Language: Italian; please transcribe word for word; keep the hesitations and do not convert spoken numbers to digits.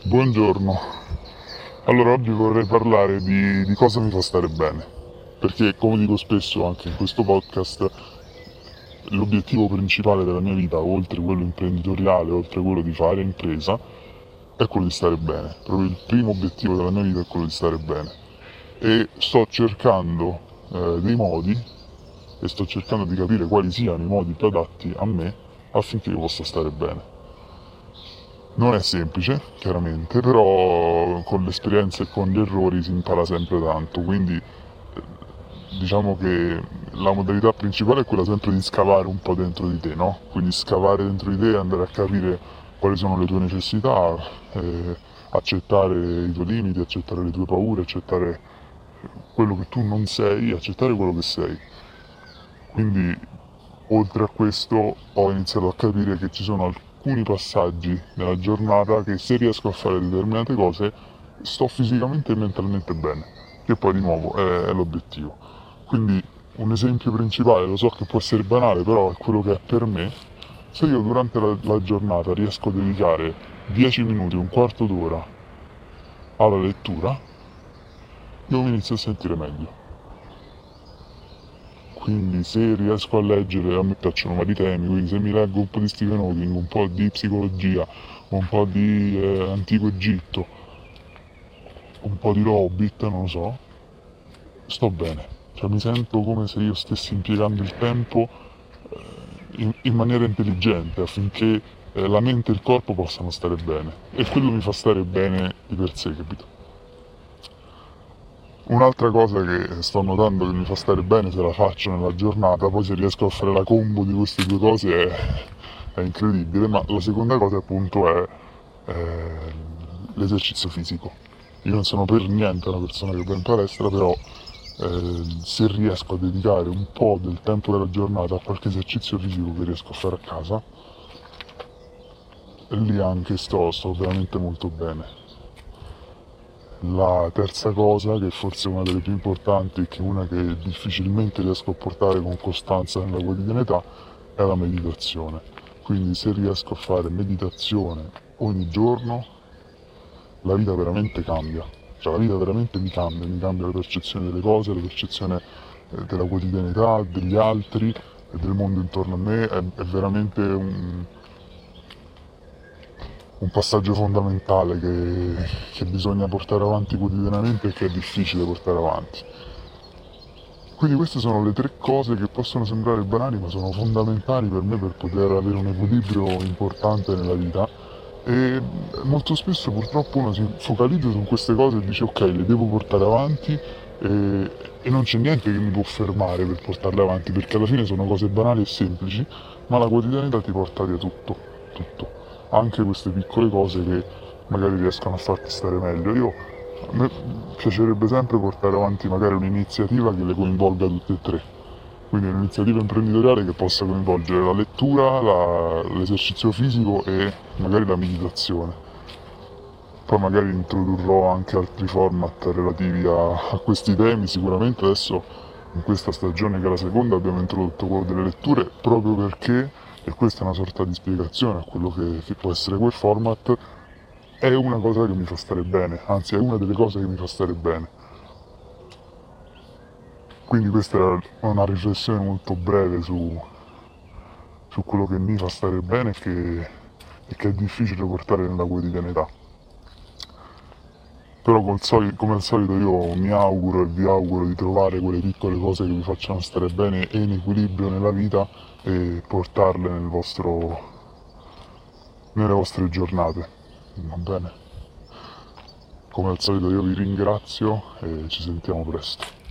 Buongiorno. Allora, oggi vorrei parlare di, di cosa mi fa stare bene, perché come dico spesso anche in questo podcast, l'obiettivo principale della mia vita, oltre quello imprenditoriale, oltre quello di fare impresa, è quello di stare bene. Proprio il primo obiettivo della mia vita è quello di stare bene. E sto cercando eh, dei modi e sto cercando di capire quali siano i modi più adatti a me affinché io possa stare bene. Non è semplice, chiaramente, però con l'esperienza e con gli errori si impara sempre tanto, quindi eh, diciamo che la modalità principale è quella sempre di scavare un po' dentro di te, no? Quindi scavare dentro di te, andare a capire quali sono le tue necessità, eh, accettare i tuoi limiti, accettare le tue paure, accettare quello che tu non sei, accettare quello che sei. Quindi, oltre a questo, ho iniziato a capire che ci sono alcuni passaggi nella giornata che se riesco a fare determinate cose, sto fisicamente e mentalmente bene, che poi di nuovo è, è l'obiettivo. Quindi un esempio principale, lo so che può essere banale, però è quello che è per me. Se io durante la, la giornata riesco a dedicare dieci minuti, un quarto d'ora alla lettura, io mi inizio a sentire meglio. Quindi se riesco a leggere, a me piacciono vari temi, quindi se mi leggo un po' di Stephen Hawking, un po' di psicologia, un po' di eh, antico Egitto, un po' di Hobbit, non lo so, sto bene. Cioè mi sento come se io stessi impiegando il tempo eh, in, in maniera intelligente affinché eh, la mente e il corpo possano stare bene. E quello mi fa stare bene di per sé, capito? Un'altra cosa che sto notando che mi fa stare bene se la faccio nella giornata, poi se riesco a fare la combo di queste due cose è, è incredibile, ma la seconda cosa appunto è eh, l'esercizio fisico. Io non sono per niente una persona che va in palestra, però eh, se riesco a dedicare un po' del tempo della giornata a qualche esercizio fisico che riesco a fare a casa, lì anche sto, sto veramente molto bene. La terza cosa, che forse è una delle più importanti e che è una che difficilmente riesco a portare con costanza nella quotidianità, è la meditazione. Quindi se riesco a fare meditazione ogni giorno, la vita veramente cambia. Cioè la vita veramente mi cambia, mi cambia la percezione delle cose, la percezione eh, della quotidianità, degli altri e del mondo intorno a me. È, è veramente un, un passaggio fondamentale che, che bisogna portare avanti quotidianamente e che è difficile portare avanti. Quindi queste sono le tre cose che possono sembrare banali ma sono fondamentali per me per poter avere un equilibrio importante nella vita e molto spesso purtroppo uno si focalizza su queste cose e dice ok, le devo portare avanti e, e non c'è niente che mi può fermare per portarle avanti perché alla fine sono cose banali e semplici ma la quotidianità ti porta via tutto, tutto, anche queste piccole cose che magari riescono a farti stare meglio. Io a me piacerebbe sempre portare avanti magari un'iniziativa che le coinvolga tutte e tre, quindi un'iniziativa imprenditoriale che possa coinvolgere la lettura, la- l'esercizio fisico e magari la meditazione. Poi magari introdurrò anche altri format relativi a, a questi temi, sicuramente adesso in questa stagione che è la seconda abbiamo introdotto quello delle letture proprio perché, e questa è una sorta di spiegazione a quello che, che può essere quel format, è una cosa che mi fa stare bene, anzi è una delle cose che mi fa stare bene. Quindi questa era una riflessione molto breve su, su quello che mi fa stare bene e che, e che è difficile portare nella quotidianità. Però col soli- come al solito io mi auguro e vi auguro di trovare quelle piccole cose che vi facciano stare bene e in equilibrio nella vita e portarle nel vostro, nelle vostre giornate. Va bene? Come al solito io vi ringrazio e ci sentiamo presto.